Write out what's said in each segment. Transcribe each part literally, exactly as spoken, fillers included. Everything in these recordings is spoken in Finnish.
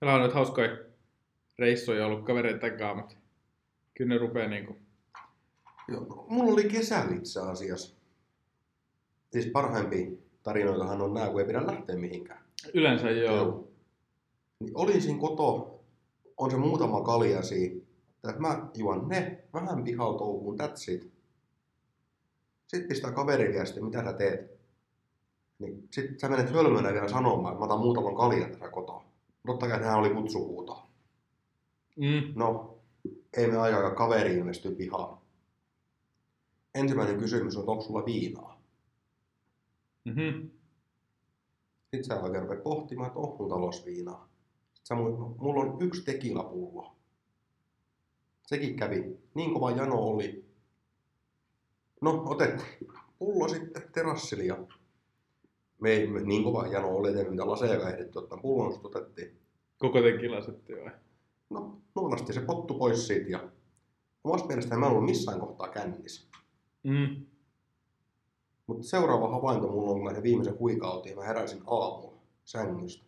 Meillä on nyt hauskoja reissuja ollut kavereiden kanssa, mutta kyllä ne rupeaa niinku... Joo, no, mulla oli kesällä itse asiassa. Siis parhaimpia tarinoitahan on nää, kun ei pidä lähteä mihinkään. Yleensä joo. Joo. Niin olin siinä koto, on se muutama kalja siinä. Mä juon ne, vähän pihalla touhuun, that's it. Sitten pistää kaveri viesti, mitä sä teet. Niin sit sä menet hölmönä vielä sanomaan, että mä otan muutaman kaljan tässä kotoa. Totta kai hän oli kutsuhuuto. Mm. No, ei me aikaa kaveri ilmestyy pihaan. Ensimmäinen kysymys on, onko sulla viinaa? Mm-hmm. Sitten sä oikein rupeat pohtimaan, että onko mun talossa viinaa. Sitten sä, mulla on yksi tekilapullo. Sekin kävi. Niin kova jano oli. No, otettiin pullo sitten terassille ja me ei me niin kova jano oli, että mitä laseja ehditty ottaa. Pullon sitten otettiin. Koko tekila sitten vai? No, nuolasti se pottu pois siitä ja omasta mielestäni mä en ollut missään kohtaa kännissä. Mm. Mutta seuraava havainto mulla on, kun mä ne viimeisen huikautin, mä heräsin aamulla sängystä.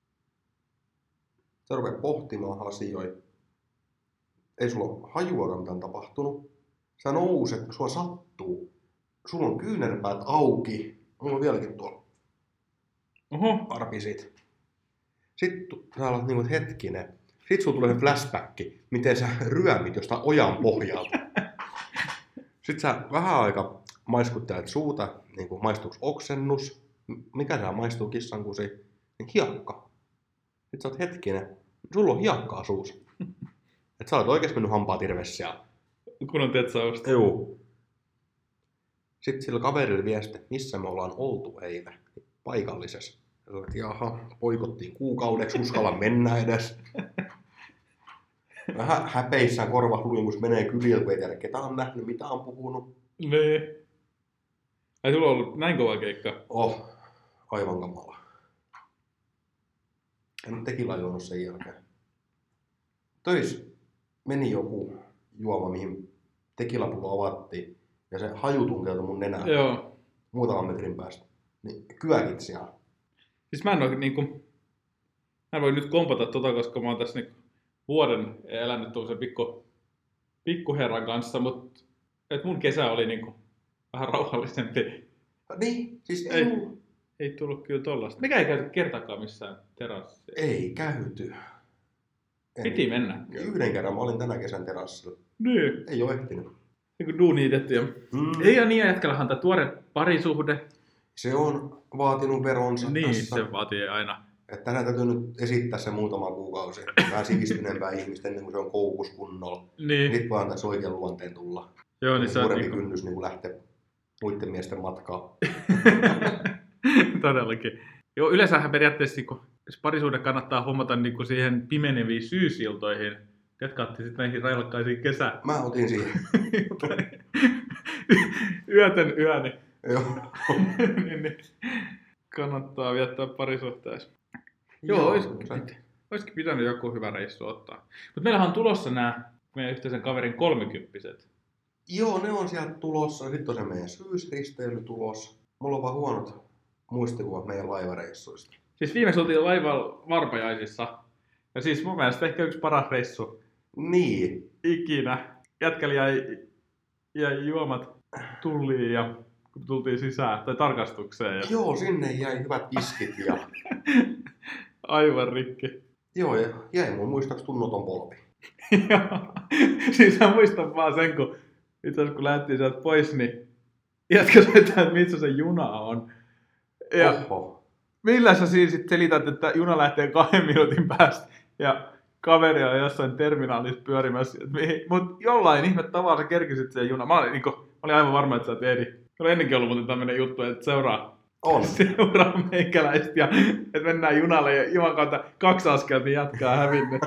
Sä rupeat pohtimaan asioita. Ei sulla ole hajuakaan mitä on tapahtunut. Sä nouset, kun sua sattuu. Sulla on kyynärpäät auki. Mulla on vieläkin tuolla Oho. arpisit. Sitten sä olet niin kuin hetkinen. Sitten sulla tulee flashback, miten sä ryömit jostain ojan pohjalta. Sitten sä vähän aika maiskuttelet suuta, niin kuin maistuuko oksennus. Mikä sä maistuu kissankusi? Niin hiakka. Sitten sä oot hetkinen. Sulla on hiakkaa suussa. Että sä olet oikeesti mennyt hampaat irvessä siellä. Kun on tetsausta. Juu. Sitten sillä kaverilla viesti, missä me ollaan oltu eilen. Paikallisessa. Ja sä olet, jaha, poikottiin kuukaudeksi, uskalla mennä edes. Vähän häpeissään korvat luimus menee kylillä, kun ei tiedä ketä on nähnyt, mitä on puhunut. Niin. Ei sulla ollut näin kova keikka? Oh, aivan kamala. En tekillä juonut sen jälkeen. Töissä meni joku juoma, mihin tekilapullo avattiin. Ja se haju tunkeutui mun nenään. Joo. Muutaman metrin päästä. Niin kyökit siellä. Siis mä en oo niinku... Mä en voi nyt kompata tota, koska mä oon tässä niinku vuoden elänyt tuollaisen pikku, pikkuherran kanssa, mutta et mun kesä oli niinku vähän rauhallisempi. Niin, siis ei, ei, ei tullut kyllä tollasta. Mikä ei käyty kertaakaan missään terassilla? ei käyty. En. Piti mennä. Yhden kerran mä olin tänä kesän terassilla. Niin. Ei oo ehtinyt. Niin duuni itetty. Ja... Mm. Ei ole niin jätkälähän tämä tuore parisuhde. Se on vaatinut veronsa niin, tässä. se vaatii aina. Että tänään täytyy nyt esittää se muutama kuukausi. Vähän sivistyneempää ihmistä ennen kuin se on koukus kunnolla. Niin. Sitten vaan tässä oikean luonteen tulla. Joo, niin se on suurempi niinku... kynnys niin lähteä muiden miesten matkaa. Todellakin. Joo, yleensähän periaatteessa niin jos parisuuden kannattaa hommata niin kuin siihen pimeneviin syysiltoihin. Jatkaatti sitten näihin railakkaisiin kesä. Mä otin siihen. Yötön yöni. Joo. niin, niin. Kannattaa viettää parisuhteessa. Joo, Joo olisikin, pit- olisikin pitänyt joku hyvä reissu ottaa. Mutta meillähän on tulossa nämä meidän yhteisen kaverin kolmekymppiset. Joo, ne on sieltä tulossa. Sitten on se meidän syysristeily tulossa. Mulla on vaan huonot muistikuvat meidän laivareissuista. Siis viimeksi oltiin laivalla Varpajaisissa. Ja siis mun mielestä ehkä yksi paras reissu. Niin. Ikinä. Jätkäli jäi, jäi juomat tulliin ja kun tultiin sisään tai tarkastukseen. Ja... Joo, sinne jäi hyvät viskit ja... Aivan rikki. Joo, ja jäi mun muistaakseni tunnoton polvi. Joo. Siis mä muistan vaan sen, kun itse asiassa kun lähdettiin sieltä pois, niin jätkä soittaa, että missä se juna on. Ja Oho. millä sä siis sit selität, että juna lähtee kahden minuutin päästä ja kaveri on jossain terminaalissa pyörimässä. Mutta jollain ihme tavalla sä kerkisit sen juna. Mä olin, niin kun, mä olin aivan varma, että sä teedi. Mulla ennenkin ollut muuten tämmönen juttu, että seuraa, on. seuraa meikäläistä ja että mennään junalle ja juman kautta kaksi askelta niin jatkaa hävinnyt.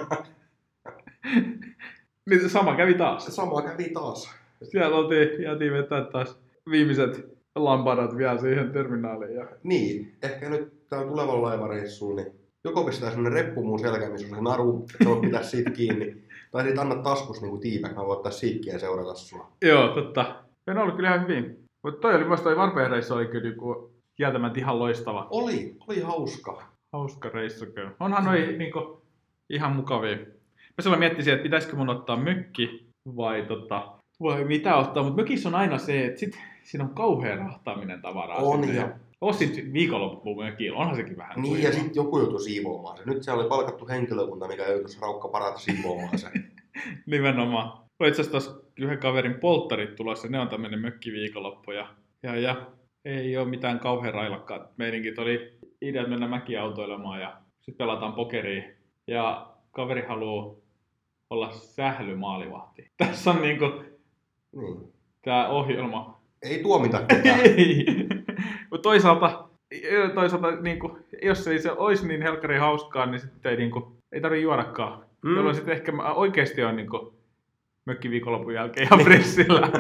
Niin sama kävi taas. Sama kävi taas. Siellä oltiin, jäätiin vetää taas viimeiset lampadat vielä siihen terminaaliin. Ja... Niin, ehkä nyt täällä tulevalla laivareissuun, niin joko pistää semmonen reppu mun selkään, missä on se naru, että sä voit pitää siitä kiinni. Tai sit anna taskus niinku tiipä, mä voin ottaa siikkiä ja seurata sua. Joo, totta. Se on ollut kyllä ihan hyvin. Mutta toi oli myös toi Varpajaisreissu oli kyllä joku kieltämättä ihan loistava. Oli, oli hauska. Hauska reissu kyllä. Onhan noi niinku ihan mukavia. Mä silloin miettisin, että pitäisikö mun ottaa mökki vai, tota, vai mitä ottaa, mutta mökissä on aina se, että sit siinä on kauhea rahtaaminen tavaraa. On sinne. ja... Ostit viikonloppuun mökillä, onhan sekin vähän Niin kuivaa. ja sitten joku joutui siivoamaan se. Nyt siellä oli palkattu henkilökunta, mikä joutui raukka parata siivoamaan se. Nimenomaan. Oli itse asiassa taas yhden kaverin polttarit tulossa, ne on tämmöinen mökkiviikonloppu ja, ja, ja ei ole mitään kauhean railakkaat meidänkin. Oli idea mennä mäkiautoilemaan ja sitten pelataan pokeria. Ja kaveri haluaa olla sählymaalivahti. Tässä on niinku Niin. tää ohjelma. Ei tuomita ketään. Ei. Mutta toisaalta, toisaalta niinku, jos ei se olisi niin helkkari hauskaa, niin sitten ei, niinku, ei tarvitse juodakaan. Mm. Jolloin sitten ehkä mä oikeasti on niinku mökkiviikonlopun jälkeen ihan pressillä.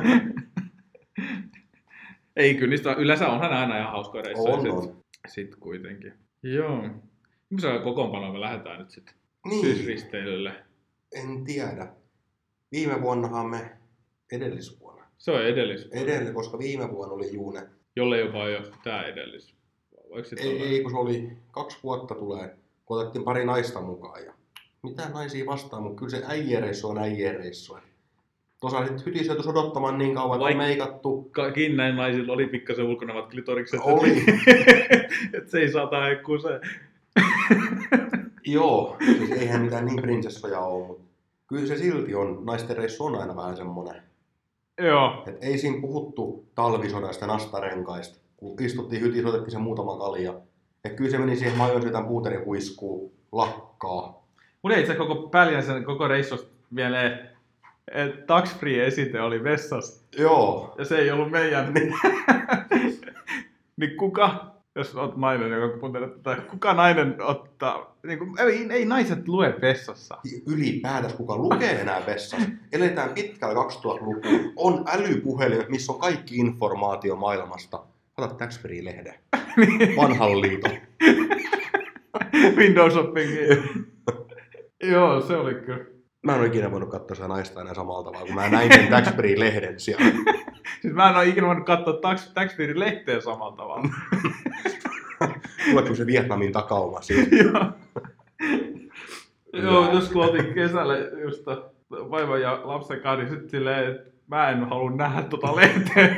Ei kyllä, niistä yleensä onhan aina ihan hauskoja reissuja. On, sit, on. sit kuitenkin. Joo. Millaisella kokoonpanolla me lähdetään nyt sitten Niin. syysristeilylle? En tiedä. Viime vuonnahan me edellisvuonna. Se on edellis. Edelle, koska viime vuonna oli Juune. Jolle jopa ei ole tää edellis. Ei, ei, kun se oli kaksi vuotta tulee, kun otettiin pari naista mukaan. Ja mitä naisia vastaan, mutta kyllä se äijäreissu on äijäreissu. Tuossa sitten hytis joutuisi odottamaan niin kauan, että on meikattu. Kaikkiin näin naisilla oli pikkasen ulkonevat klitorikset. Oli. Että se ei saata heikkuu se. Joo, siis eihän mitään niin prinsessoja ole, mutta kyllä se silti on, naisten reissu on aina vähän semmoinen. Joo. Et ei siinä puhuttu talvisodasta ja nastarenkaista, kun istuttiin hytis, otettiin se muutama kalja. Ja kyllä se meni siihen majoisetan puuterikuiskuun, lakkaa. Mulla ei itse koko Päljänsen koko reissusta mieleen, että Tax Free esite oli vessassa. Joo. Ja se ei ollut meidän. Niin kuka, jos olet nainen, joka kuuntelee tätä, kuka nainen ottaa, niin kuin, ei, ei naiset lue vessassa. Ylipäätänsä kuka lukee enää vessassa. Eletään pitkällä kaksituhattalukua. On älypuhelin, missä on kaikki informaatio maailmasta. Ota Tax Free-lehden. Vanhan liiton. Windows Shoppingin. Joo, se oli kyllä. Mä en ole ikinä voinut katsoa sitä naista enää samalla tavalla, kun mä näin sen Tax Free-lehden siellä. Siis mä en ole ikinä voinut katsoa Tax, Tax Free-lehteä samalla tavalla. Tuleeko se Vietnamin takauma siitä? Joo. Joo, jos kun oltiin kesällä just vaimon ja lapsen kanssa, niin sitten silleen, että mä en halua nähdä tota lehteä.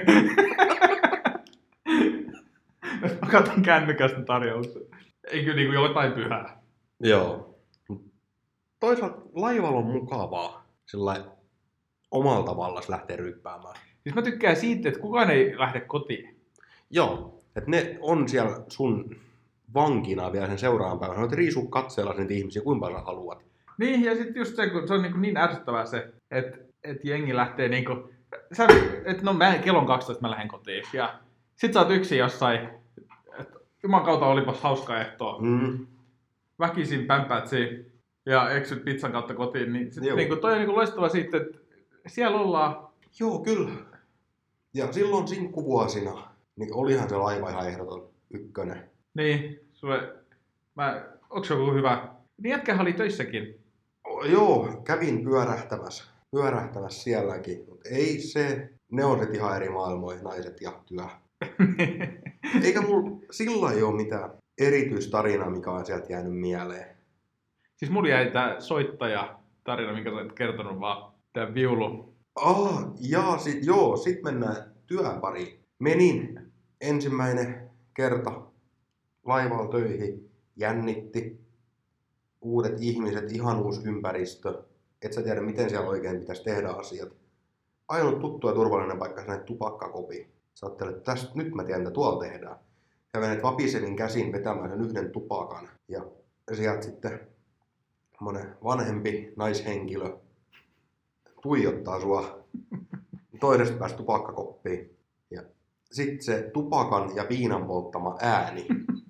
Mä katson kännykästä tarjouksen. Ei kyllä niinku jotain pyhää. Joo. Toisaalta laivalla on mukavaa sillä omalla tavallaan lähteä ryppäämään. Siis mä tykkään siitä, että kukaan ei lähde kotiin. Joo, että ne on siellä sun vankina vielä sen seuraavan päivän. Sä voit riisua katseella sen ihmisiä, kuinka paljon sä haluat. Niin, ja sitten just se, kun se on niin, niin ärsyttävää se, että et jengi lähtee niinku... Sä, et no mä kellon kaksitoista mä lähden kotiin. Ja sit sä oot yksin jossain, että juman kautta olipas hauska ehtoa. Mm. Väkisin pämpäät siinä ja eksyt pizzan kautta kotiin. Niin sit niinku, toi on niinku loistava siitä, että siellä ollaan. Joo, kyllä. Ja silloin sinkkuvuosina, niin olihan se laiva ihan ehdoton ykkönen. Niin, sulle... Mä... Onks joku hyvä? Niin jätkähän oli töissäkin. Joo, kävin pyörähtämässä. Pyörähtämässä sielläkin. Mutta ei se... Ne on sit ihan eri maailmoja, naiset ja työ. Eikä mulla sillä ei ole mitään erityistarinaa, mikä on sieltä jäänyt mieleen. Siis mulla jäi tää soittaja tarina, minkä sä olet kertonut vaan. Tää viulu. Ah, ja sit, joo, sit mennään työpariin. Menin ensimmäinen kerta laivalla töihin, jännitti. Uudet ihmiset, ihan uusi ympäristö. Et sä tiedä, miten siellä oikein pitäisi tehdä asiat. Ainut tuttu ja turvallinen paikka sinne tupakkakopi. Sä ajattelet, että tästä, nyt mä tiedän, mitä tuolla tehdään. Ja menet vapiselin käsin vetämään sen yhden tupakan. Ja sieltä sitten monen vanhempi naishenkilö tuijottaa sua toisesta päästä tupakkakoppiin. Ja sitten se tupakan ja viinan polttama ääni.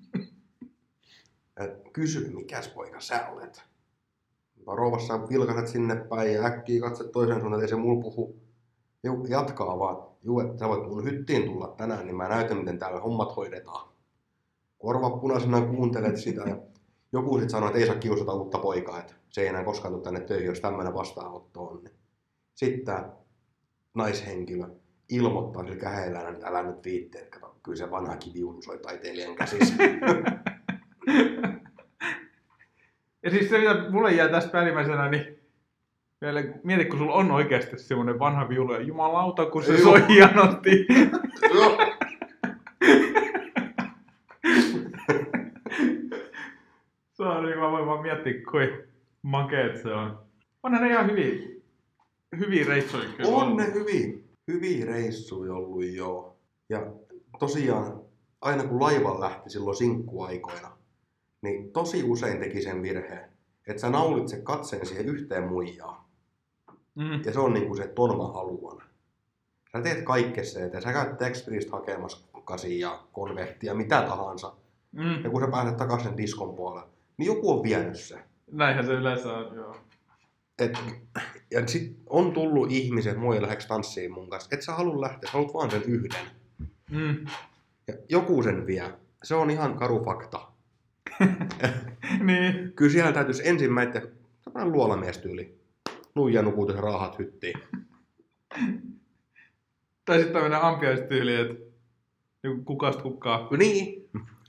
Et kysy, mikäs poika sä olet? Varovassa vilkaset sinne päin ja äkkiä katset toisen suuntaan, että ei se mulla puhu. Juu, jatkaa vaan. Juu, että sä voit mun hyttiin tulla tänään, niin mä näytän, miten täällä hommat hoidetaan. Korvat punaisena kuuntelet sitä ja joku sit sanoo, että ei saa kiusata uutta poikaa, että se ei enää koskaan tule tänne töihin, jos tämmöinen vastaanotto on. Sitten tää naishenkilö ilmoittaa sillä käheillään, että älä nyt viitteet, kato, kyllä se vanha kiviulu soi taiteilijan käsissä. Ja siis se, mitä mulle jää tästä päällimmäisenä, niin vielä, mieti, kun sulla on oikeasti semmoinen vanha viulu, ja jumalauta, kun se soi hienosti. Se on niin, mä voin vaan miettiä, kuin makeet se on. Onhan ne ihan hyviä, hyviä reissuja kyllä. On ne hyviä, hyviä reissuja ollut joo. Ja tosiaan, aina kun laivan lähti silloin sinkkuaikoina, niin tosi usein teki sen virheen, että sä naulit sen katseen siihen yhteen muijaan. Mm. Ja se on niinku se, ton mä haluan. Sä teet kaikkea se, että sä käyt Textfreestä hakemassa kasia ja konvehtia, mitä tahansa. Mm. Ja kun sä pääset takaisin diskon puolelle, niin joku on vienyt se. Näinhän se yleensä on, joo. Et, ja sit on tullut ihmiset, moi lähdeks tanssiin mun kanssa. Et sä halua lähteä, sä haluat vaan sen yhden. Mm. Ja joku sen vie. Se on ihan karu fakta. Niin. Kyllä siellä täytyisi ensimmäinen sellainen luolamiestyyli. Nuija nukutus ja raahat hyttiin. Tai sitten tämmönen ampiaistyyli, että joku kukasta kukkaa. Niin.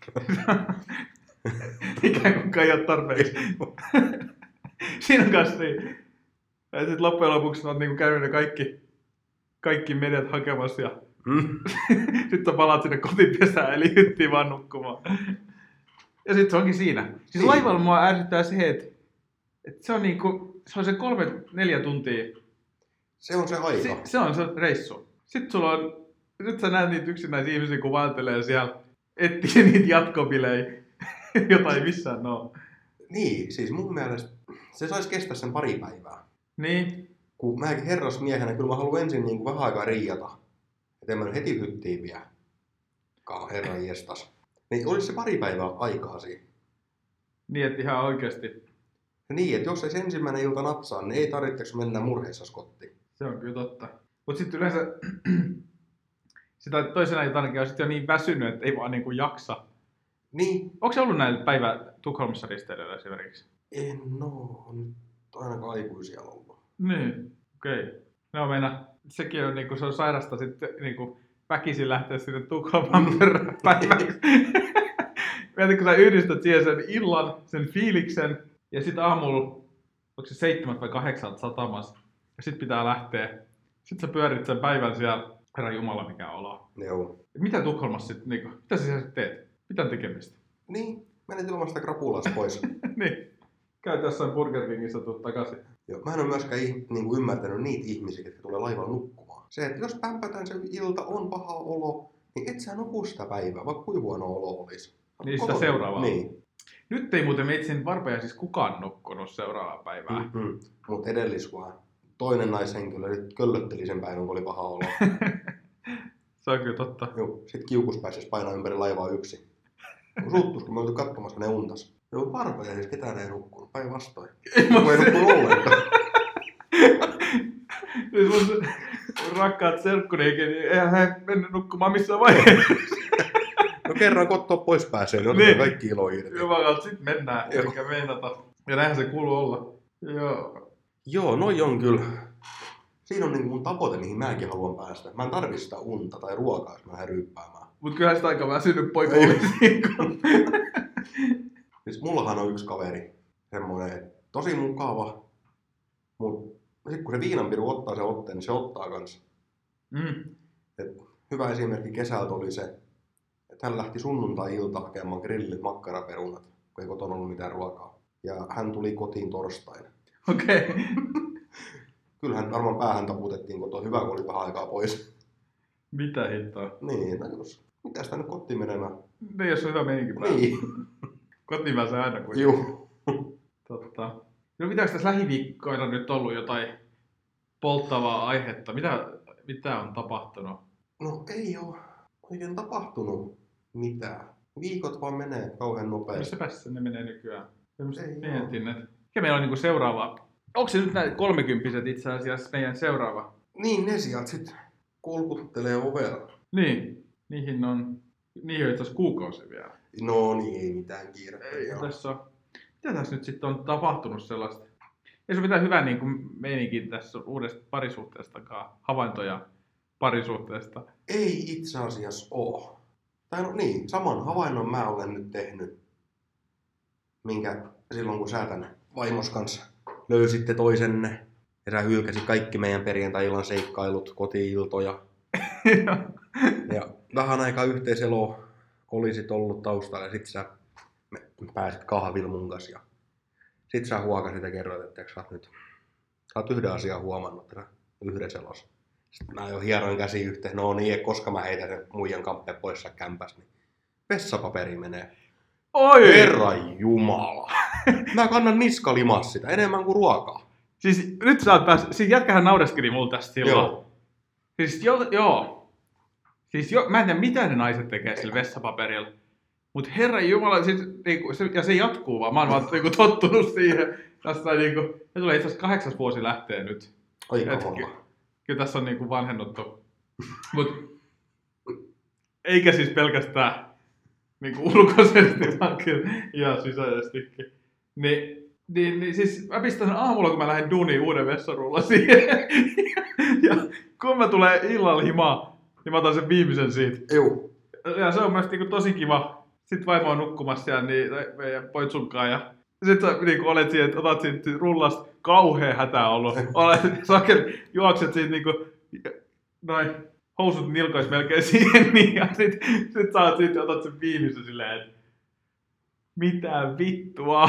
Ikään kuin ei ole tarpeeksi. Siinä on kanssa niin. Ja sitten loppujen lopuksi olet niinku käynyt ne kaikki, kaikki mediat hakemassa ja Mm. sitten sä palaat sinne kotipesään, eli hyttiin vaan nukkumaan. Ja sitten se onkin siinä. Siis Niin. laivalla mua ärsyttää se, että, että se on niinku, se on se kolme, neljä tuntia. Se on se aika. Se, se on se reissu. Sitten sulla on, nyt sä näet niitä yksinäisiä ihmisiä, kun vaeltelee siellä, etsii niitä jatkobilejä, jota ei missään oo. Niin, siis mun mielestä se saisi kestää sen pari päivää. Niin. Kun mäkin herrasmiehenä, kyllä mä haluan ensin niin kuin vähän aikaa riiata. Että en mä nyt heti hyttiin vie. Kaa herran jestas. Niin olisi se pari päivää aikaa siinä. Niin, että ihan oikeasti. Ja niin, että jos ei se ensimmäinen ilta napsaa, niin ei tarvitseeko mennä murheissas kotiin. Se on kyllä totta. Mutta sitten yleensä sitä toisena iltanakin on sitten jo niin väsynyt, että ei vaan niinku jaksa. Niin. Onko se ollut näillä päivä Tukholmassa risteilyllä esimerkiksi? En oo nyt ainakaan aikuisia ollut. Niin, okei. Okay. No meina, sekin on niinku, se on sairasta sitten niinku väkisin lähteä sinne Tukholman päiväksi. Mietin, kun sä yhdistät siihen sen illan, sen fiiliksen, ja sitten aamulla, onko se seitsemät vai kahdeksan satamassa, ja sit pitää lähteä. Sitten sä pyörit sen päivän siellä, herra jumala mikä olo. Joo. Mitä Tukholmassa sitten, niinku, mitä sä siellä sit teet? Mitä tekemistä? Niin, menet ilmasta krapulasta pois. Niin, käyt jossain Burger Kingissä, tuut takaisin. Joo, mä en ole myöskään niin kuin ymmärtänyt niitä ihmisiä, jotka tulee laivalla nukkumaan. Se, että jos pämpätään se ilta, on paha olo, niin et sä nuku sitä päivää, vaikka kuin huono olo olisi. Niin sitä seuraavaa. Niin. Nyt ei muuten meitsin varpeja siis kukaan nukkunut seuraavaa päivää. Mm-hmm. Mutta edellisvuonna toinen naishenkilö nyt köllötteli sen päivän, kun oli paha olo. Se on kyllä totta. Joo, sit kiukus pääsisi painaa ympäri laivaa yksi. Suuttus, kun me oltiin katsomassa, ne untas. Joo, varpeja siis ketään ei nukkunut, päinvastoin. Ei Kun ei nukkunut ollenkaan. Siis mun rakkaat serkkuniikin, niin eihän he mennyt nukkumaan missään vaiheessa. No kerran kotoa pois pääsee, niin otetaan Niin. kaikki ilo irti. Jumalauta, sit mennään, Joo. eikä meinata. Ja näinhän se kuuluu olla. Joo. Joo, noi on kyllä. Siinä on niin mun tavoite, mihin mäkin haluan päästä. Mä en tarvi sitä unta tai ruokaa, jos mä lähden ryyppäämään. Mut kyllähän sitä aika väsynyt poika Ei. olisi. Siis mullahan on yksi kaveri, semmoinen tosi mukava, mut sit kun se viinanpiru ottaa sen otteen, niin se ottaa kanssa. Mm. Et hyvä esimerkki kesältä oli se, että hän lähti sunnuntai-ilta hakemaan grillit makkaraperunat, kun ei kotona ollut mitään ruokaa. Ja hän tuli kotiin torstaina. Okei. Okay. Kyllähän varmaan päähän taputettiin kotoa, hyvä kun oli vähän aikaa pois. Mitä hittoa? Niin, no jos, mitä sitä nyt kotiin menemään? Ne jos on hyvä meininki päällä. Niin. Kotiin pääsee aina kuitenkin. Juu. Totta. No pitääkö tässä lähiviikkoina nyt ollut jotain polttavaa aihetta? Mitä, mitä on tapahtunut? No ei oo oikein tapahtunut mitään. Viikot vaan menee kauhean nopeasti. Missä päässä ne menee nykyään? Ei Mietin, että mikä meillä on niinku seuraava? Onko se nyt näin kolmekymppiset itse asiassa meidän seuraava? Niin, ne sieltä sit kolkuttelee ovella. Niin, niihin on, niihin on itse asiassa kuukausi vielä. No niin, ei mitään kiirettä. Ei, joo. tässä on, mitä tässä nyt sitten on tapahtunut sellaista? Ei se ole mitään hyvää niin kuin meininki tässä uudesta parisuhteestakaan, havaintoja parisuhteesta. Ei itse asiassa oo. Tai no niin, saman havainnon mä olen nyt tehnyt, minkä silloin kun sä tänne vaimos kanssa löysitte toisenne. Ja sä hylkäsit kaikki meidän perjantai-illan seikkailut, koti-iltoja. Ja vähän aikaa yhteiselo olisit ollut taustalla ja sit sä pääsit kahville mun kanssa. Ja sit sä huokasit ja kerroit, että sä oot nyt sä oot yhden asian huomannut tässä yhdessä elossa. Sitten mä jo hieroin käsi yhteen. No niin, että koska mä heitän sen muijan kamppeen pois kämpästä, niin vessapaperi menee. Oi! Herran jumala. Mä kannan niskalimas sitä enemmän kuin ruokaa. Siis nyt sä oot päässyt, siis jätkähän naureskeli mulle tästä silloin. Joo. Siis jo, joo. Siis jo, mä en tiedä mitä ne naiset tekee sillä vessapaperilla. Mut herran jumala, siis, niinku, se, ja se jatkuu vaan. Mä oon vaan niinku, tottunut siihen. Tässä niinku, se tulee itse asiassa kahdeksas vuosi lähtee nyt. Oi ky- Kyllä tässä on niinku vanhennuttu. Mut eikä siis pelkästään niinku ulkoisesti, vaan kyllä ihan sisäisestikin. Niin, niin, niin siis mä pistän aamulla, kun mä lähden duuniin uuden vessarulla siihen. Ja kun mä tulen illalla himaan, niin mä otan sen viimeisen siitä. Juu. Ja se on myös niinku tosi kiva. Sitten vaimo on nukkumassa siellä niin, meidän poitsunkaan ja sitten sä niin olet siihen, että otat siitä rullasta kauhea hätää ollut. Olet sakel, juokset siitä niinku, noin housut nilkois melkein siihen niin, ja sit, sit sä oot siitä, otat sen viimeisen silleen, että mitä vittua.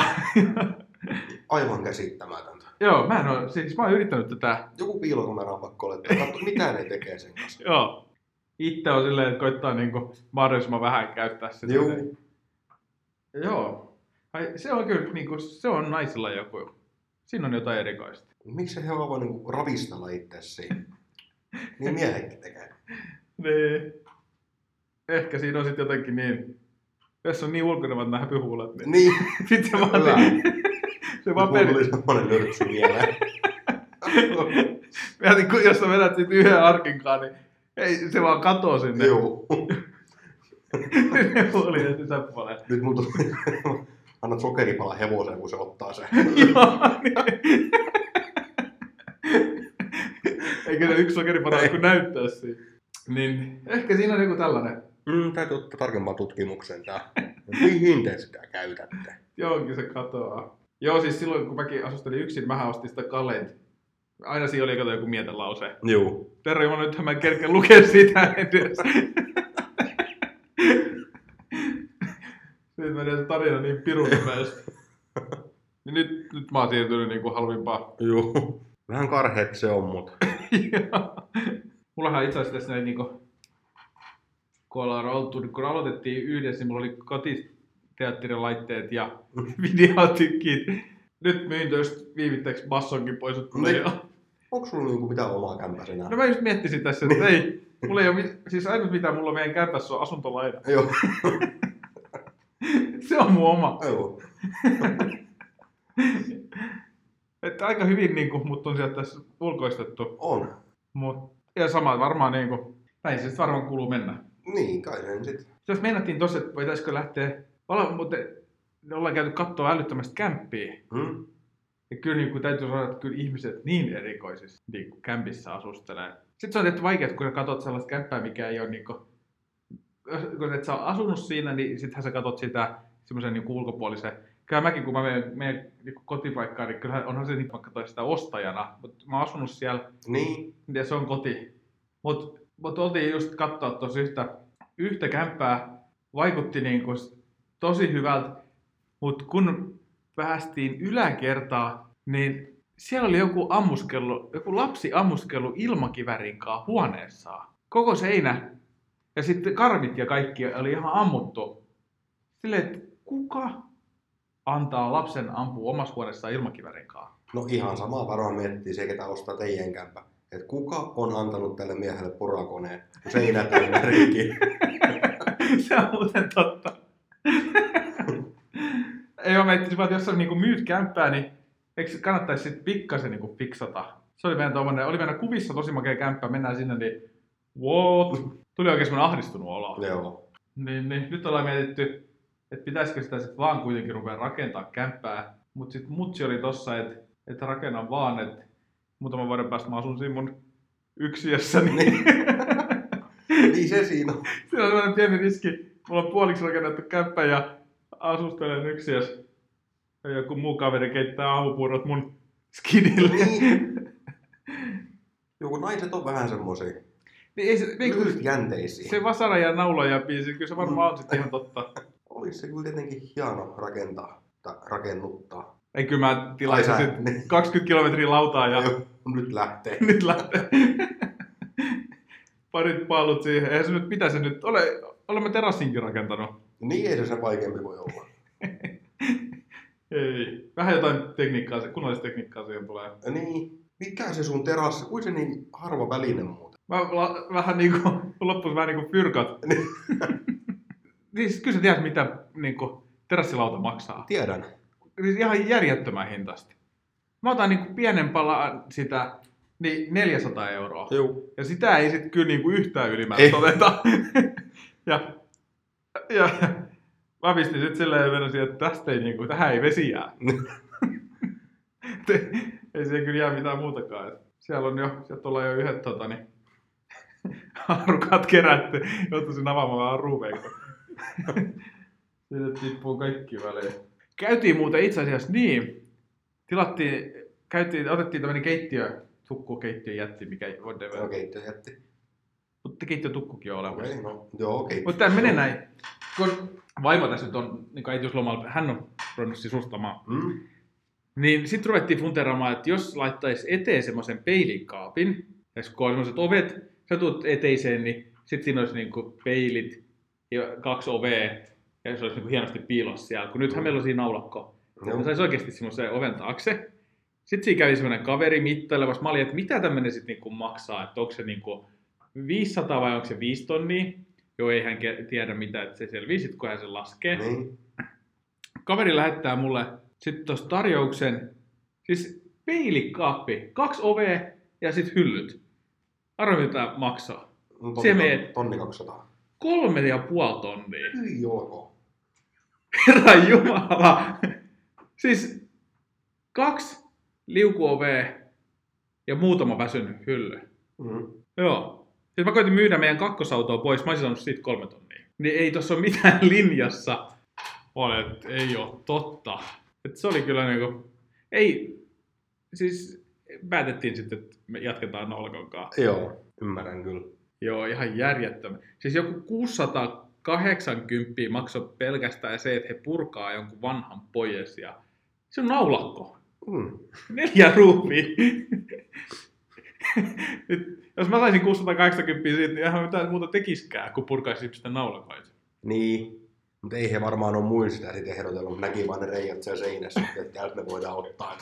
Aivan käsittämätöntä. Joo, mä en oo, siis mä oon yrittänyt tätä. Joku piilokamera on pakko olla, että katso mitään ei tekee sen kanssa. Joo. Itse on silleen, että koittaa niinku mahdollisimman vähän käyttää sitä. Joo. Joo. Ai, se on kyllä, niinku, se on naisilla joku. Siinä on jotain erikoista. Miksi he voi niinku ravistella itseäsi? Niin miehetkin tekee. Niin. Ehkä siinä on sit jotenkin niin, jos on niin ulkonevat nämä häpyhuulet, niin, Niin. sit se vaan niin, se paperi. Mulla oli semmonen lörtsy mieleen. Mietin, kun jos sä vedät sit yhden arkinkaan, niin ei, se vaan katoo sinne. Joo. Mulla oli heti säppäleen. Nyt mun tuli, annat sokeripala hevoseen, kun se ottaa sen. Joo, niin. Eikä se yksi sokeripala ole, kun näyttää siinä. Niin, ehkä siinä on joku tällainen. Mm, täytyy ottaa tarkempaa tutkimuksen tää. Mihin te sitä käytätte? Johonkin se katoaa. Joo, siis silloin kun mäkin asustelin yksin, mähän ostin sitä Kalent. Aina siinä oli kato joku mietelause. Joo. Terve Jumala, nythän mä en kerkeä lukea sitä edes. Siitä menee se tarina niin pirun nopeasti. Niin nyt, nyt mä oon siirtynyt niinku halvimpaan. Joo. Vähän karheet se on, mut. Mullahan itse asiassa näin niinku, kun ollaan oltu, kun aloitettiin yhdessä, niin mulla oli kotiteatterilaitteet ja videotykit. Nyt myin tuosta viivittäiksi bassonkin pois, että mulla ei ole. Onko sulla niinku mitään omaa kämpäs enää? No mä just miettisin tässä, että ei, mulla ei ole, siis ainut mitä mulla on meidän kämpässä on asuntolaina. Joo. Se on mun oma. Joo. Että aika hyvin niinku, mut on sieltä tässä ulkoistettu. On. Mut, ja sama varmaan niinku, näin se sit varmaan kuuluu mennä. Niin, kai sen sit. Jos meinattiin tossa, että voitaisikö lähteä, mutta me ollaan käyty katsoa älyttömästä kämppiä. Hmm? Ja kyllä niin täytyy sanoa, että kyllä ihmiset niin erikoisesti niin kämpissä asustelee. Sitten se on tehty vaikeaa, kun sä katsot sellaista kämppää, mikä ei ole niin kuin, kun et sä ole asunut siinä, niin sittenhän sä katsot sitä semmoisen niin ulkopuolisen. Kyllä mäkin, kun mä menen meidän niin kotipaikkaan, niin kyllähän onhan se niin, että mä katsoin sitä ostajana. Mutta mä oon asunut siellä, Niin. ja se on koti. Mutta mut oltiin just katsoa tuossa yhtä, yhtä kämppää, vaikutti niin kuin tosi hyvältä. Mutta kun päästiin yläkertaan, niin siellä oli joku ammuskelu, joku lapsi ammuskelu ilmakivärin kanssa huoneessaan. Koko seinä. Ja sitten karvit ja kaikki oli ihan ammuttu. Silleen, että kuka antaa lapsen ampua omassa huoneessaan ilmakivärin kanssa? No ihan samaa varmaan miettii se, ketä ostaa teidän kämpä. Että kuka on antanut tälle miehelle porakoneen, kun seinät on värikin. Se on muuten totta. Ei mä miettisin vaan, että jos sä niinku myyt kämppää, niin eikö kannattaisi sit pikkasen niinku fiksata? Se oli meidän tommonen, oli meidän kuvissa tosi makea kämppä, mennään sinne, niin what? Tuli oikein semmonen ahdistunut olo. Joo. Niin, niin, nyt ollaan mietitty, että pitäisikö sitä sit vaan kuitenkin rupea rakentaa kämppää. Mut sit mutsi oli tossa, että et rakennan vaan, että muutaman vuoden päästä mä asun siinä mun yksiössä. Niin, Niin se siinä on. siinä on semmoinen pieni riski. Mulla on puoliksi rakennettu kämppä ja asustelen yksiössä. Ja joku muu kaveri keittää aamupurot mun skinille. Niin. Joku naiset on vähän semmosia Niin ei se, lyhytjänteisiä. Se Vasara ja naulaja biisi, kyllä se varmaan on sitten ihan totta. Olisi se kyllä tietenkin hieno rakentaa tai rakennuttaa. Ei kyllä mä tilaisin Ai sä, sit niin. kaksikymmentä kilometriä lautaa ja Joo, nyt lähtee. nyt lähtee. Parit paalut siihen. Eihän se nyt, mitä se nyt, ole, olemme terassinkin rakentanut. Niin ei se sen vaikeampi voi olla. Ei. Vähän jotain tekniikkaa, kunnallista tekniikkaa siihen tulee. Niin. Mikä se sun terassi? Kuin se niin harva väline muuten? Mä la, vähän niinku, loppuisi vähän niinku fyrkat. Niin kyllä sä tiedät, mitä niinku terassilauta maksaa. Tiedän. Siis ihan järjettömän hintaisesti. Mä otan niinku pienen palan sitä, niin neljäsataa euroa. Joo. Ja sitä ei sit kyllä niinku yhtään ylimääräistä oteta. ja, ja mä pistin sit silleen menosin, että tästä ei niinku, tähän ei vesi jää. Ei siihen kyllä jää mitään muutakaan. Siellä on jo, sieltä ollaan jo yhdet tota, niin, harukat kerätty. Joutuisin avaamaan vähän ruuveikko. Siitä tippuu kaikki väliin. Käytiin muuten itse asiassa niin. Tilattiin, käytiin, otettiin tämmönen keittiö, tukkukeittiön jätti, mikä whatever. Joo, keittiö jätti. Mutta keittiötukkukin on olemassa. Okei, no joo, okei. Mutta tämä menee näin. Kun vaimo tässä nyt on niin äitiyslomalla, hän on ruvennut sisustamaan. Mm. Niin sitten ruvettiin funteraamaan, että jos laittaisi eteen semmoisen peilikaapin, ja kun on semmoiset ovet, sä tulet eteiseen, niin sitten siinä olisi niinku peilit ja kaksi ovea, ja se olisi niinku hienosti piilossa siellä. Kun nythän meillä on siinä naulakko. Ja saisi oikeasti semmoisen oven taakse. Sitten siinä kävi semmoinen kaveri mittailevassa. Mä olin, että mitä tämmöinen sitten niinku maksaa, että onko se niinku viisisataa vai onko se viisi tonnia. Joo, ei hän tiedä mitä, että se selvii sit, kun hän sen laskee. Niin. Kaveri lähettää mulle sitten tuossa tarjouksen, siis peilikaappi, kaksi ovea ja sitten hyllyt. Arvo mitä maksaa. No, tonni, Se menee tonni kaksisataa. kolme ja puoli tonnia. Hyi joo. Herran jumala. Siis kaksi liukuovea ja muutama väsynyt hylly. Mm. Joo. Siis mä koitin myydä meidän kakkosautoa pois, mä olisin saanut siitä kolme tonnia. Niin ei tossa ole mitään linjassa. Ole, että ei oo totta. Et se oli kyllä niinku, ei, siis päätettiin sitten, että me jatketaan nolkonkaan. Joo, ymmärrän kyllä. Joo, ihan järjettömän. Siis joku kuusisataakahdeksankymmentä maksoi pelkästään se, että he purkaa jonkun vanhan pois ja se on naulakko. Mm. Neljä ruupia. Nyt, jos mä saisin kuusisataakahdeksankymmentä siitä, niin eihän mitään muuta tekiskään, kun purkaisin sitä naulakoita. Niin. Mutta ei he varmaan ole muin sitä sitten ehdotellut. Näki vaan ne reijät siellä seinässä, että täältä me voidaan ottaa.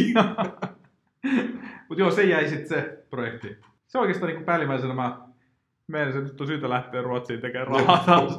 Mutta joo, se jäi sitten se projekti. Se oikeastaan niin päällimmäisenä mä meidän se nyt on syytä lähteä Ruotsiin tekemään rahaa taas.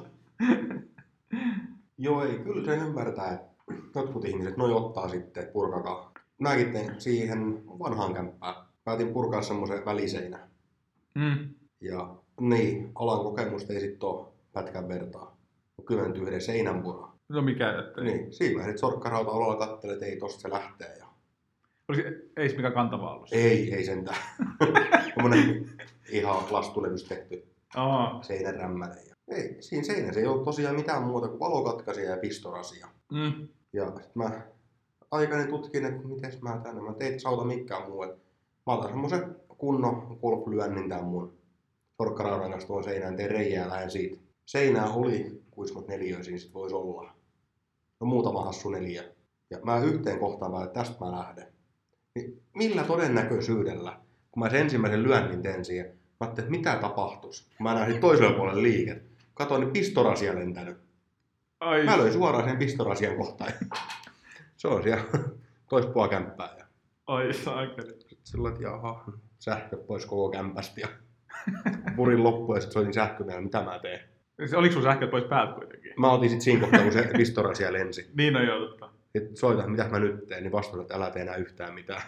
Joo, ei, kyllä sen ymmärtää, että jotkut ihmiset noi ottaa sitten, purkakaa. Mäkin tein siihen vanhaan kämppään. Päätin purkaa semmoisen väliseinän. Mm. Ja niin, alan kokemusta ei sitten ole pätkän vertaa. Kymmenty yhden seinän pura. No mikä ettei. Niin, siinä sitten sorkkarauta ololla kattelee, että ei tosta se lähtee. Ja... Oliko, ei se mikään kantava ollut? Ei, ei sentään. Tommonen ihan lastulevys tehty Aa. seinänrämmäle. Ei, siinä seinässä ei ole tosiaan mitään muuta kuin valokatkaisija ja pistorasia. Mm. Ja sit mä aikani tutkin, että mites mä tänne, mä tein sauta mikään muu. Et mä otan semmosen kunnon golflyönnin tän mun sorkkaraudan kanssa tuon seinään, tein reijää ja lähden siitä. Seinää oli, kuismat neliöä siinä sit vois olla. No muutama hassu neliö. Ja mä yhteen kohtaan vaan, että tästä mä lähden. Niin millä todennäköisyydellä, kun mä sen ensimmäisen lyönnin teen siihen, mä ajattelin, että mitä tapahtuisi, kun mä näin toisella puolella liiket. Katoin, niin pistorasia lentänyt. Ai. Mä löin suoraan sen pistorasian kohtaan. Se on siellä toispuolella kämppää. Ja Ai saakeli. sitten sillä että jaha, sähkö pois koko kämpästä. Ja purin loppu ja sitten se oli niin sähköinen, mitä mä teen. Oliko sun sähköt pois päältä kuitenkin? Mä otin sitten siinä kohtaa, kun se pistorasia lensi. Niin on jo totta. Sitten soita, mitä mä nyt teen, niin vastasin, että älä tee enää yhtään mitään.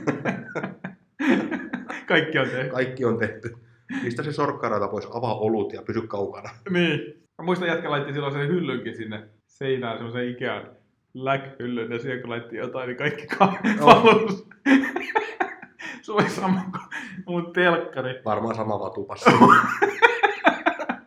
Kaikki on tehty. Kaikki on tehty. Pistä se sorkkarauta pois, avaa olut ja pysy kaukana. Niin. Mä muistan, jätkä laitti silloin sen hyllynkin sinne seinään, semmoisen Ikean läk-hyllyn, ja siihen kun laitti jotain, niin kaikki valus. Se oli sama kuin mun telkkari. Varmaan sama vatupassa.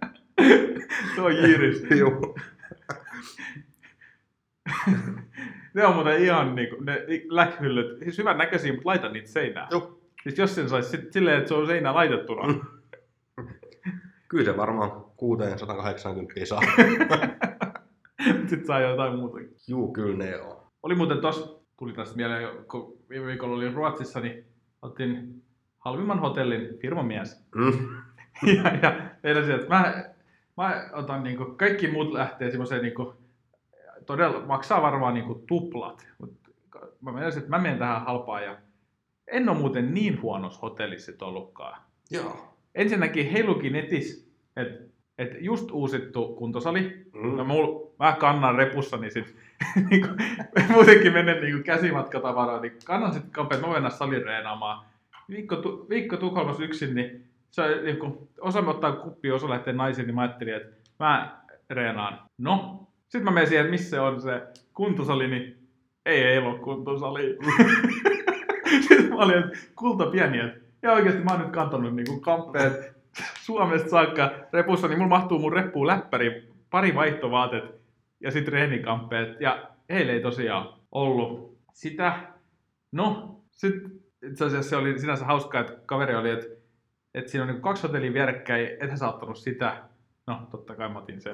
Se on jiris. Joo. ne on muuten ihan niinku, ne läkhyllyt, siis hyvän näköisiä, mutta laita niitä seinään. Joo. Siis jos sen saisi silleen, että se on seinään laitettuna. Mm. Kyllä se varmaan kuusisataakahdeksankymmentä saa. Sitten saa jotain muutakin. Juu, kyllä ne on. Oli muuten tossa, tuli tästä mieleen, kun viime viikolla olin Ruotsissa, niin otin halvimman hotellin firmamies. Mm. ja ja meinasin, että mä, mä otan niinku, kaikki muut lähtee semmoiseen niinku, todella maksaa varmaan niinku tuplat. Mut mä meinasin, että mä menen tähän halpaan ja en ole muuten niin huonossa hotellissa ollutkaan. Joo. Ensinnäkin heilukin netissä, että et just uusittu kuntosali. Mm. No, mul, mä kannan repussani sit, niinku, muutenkin menen niinku käsimatkatavaraa, niin kannan sit kampeet, mä mennä salin reenaamaan. Viikko, tu, viikko Tukholmassa yksin, niin se oli, niinku, osa me ottaa kuppia, osa lähtee naisiin, niin mä ajattelin, että mä reenaan. No, sit mä menen siihen, että missä on se kuntosali, niin ei, ei ole kuntosali. Sitten mä olin, että kulta pieni, että ja oikeesti mä oon nyt kantanut niinku kamppeet Suomesta saakka repussa, niin mulla mahtuu mun reppuun läppäri, pari vaihtovaatet ja sit reenikamppeet. Ja heillä ei tosiaan ollut sitä. No, sit itse asiassa se oli sinänsä hauskaa, että kaveri oli, että, että siinä on niinku kaksi hotellia vierekkäin, ethän sä ottanut sitä. No, totta kai mä otin sen.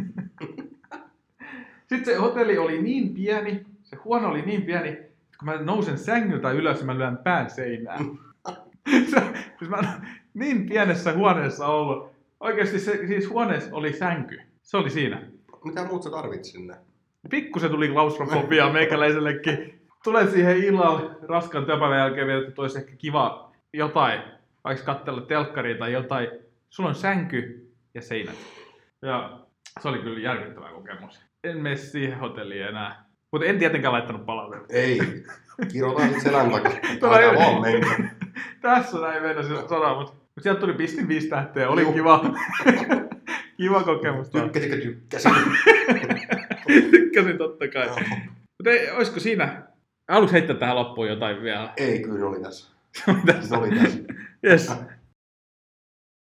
Sitten se hotelli oli niin pieni, se huono oli niin pieni, että kun mä nousen sängyltä ylös ja mä lyön pään seinään. Siis mä niin pienessä huoneessa ollut. Oikeasti se siis huoneessa oli sänky. Se oli siinä. Mitä muut sä tarvit sinne? Pikkusen tuli klaustrofobia meikäläisellekin. Tulet siihen illalla raskaan työpäivän jälkeen vielä, että olisi ehkä kiva jotain. Vaikka katsella telkkaria tai jotain. Sulla on sänky ja seinät. Ja se oli kyllä järkyttävä kokemus. En mene siihen hotelliin enää. Mutta en tietenkään laittanut palautetta. Ei. Kirotaan sit selän takaa. Aika vaan mennä. Tässä näin mennä sanoa, mutta sieltä tuli pistin viisi tähteä. Oli Juh. kiva. Kiva kokemus. Tykkäsikö tykkäsin? Tykkäsin totta kai. Mutta olisiko siinä... Haluatko heittää tähän loppuun jotain vielä? Ei, kyllä oli tässä. Se oli tässä. Se oli tässä. Yes.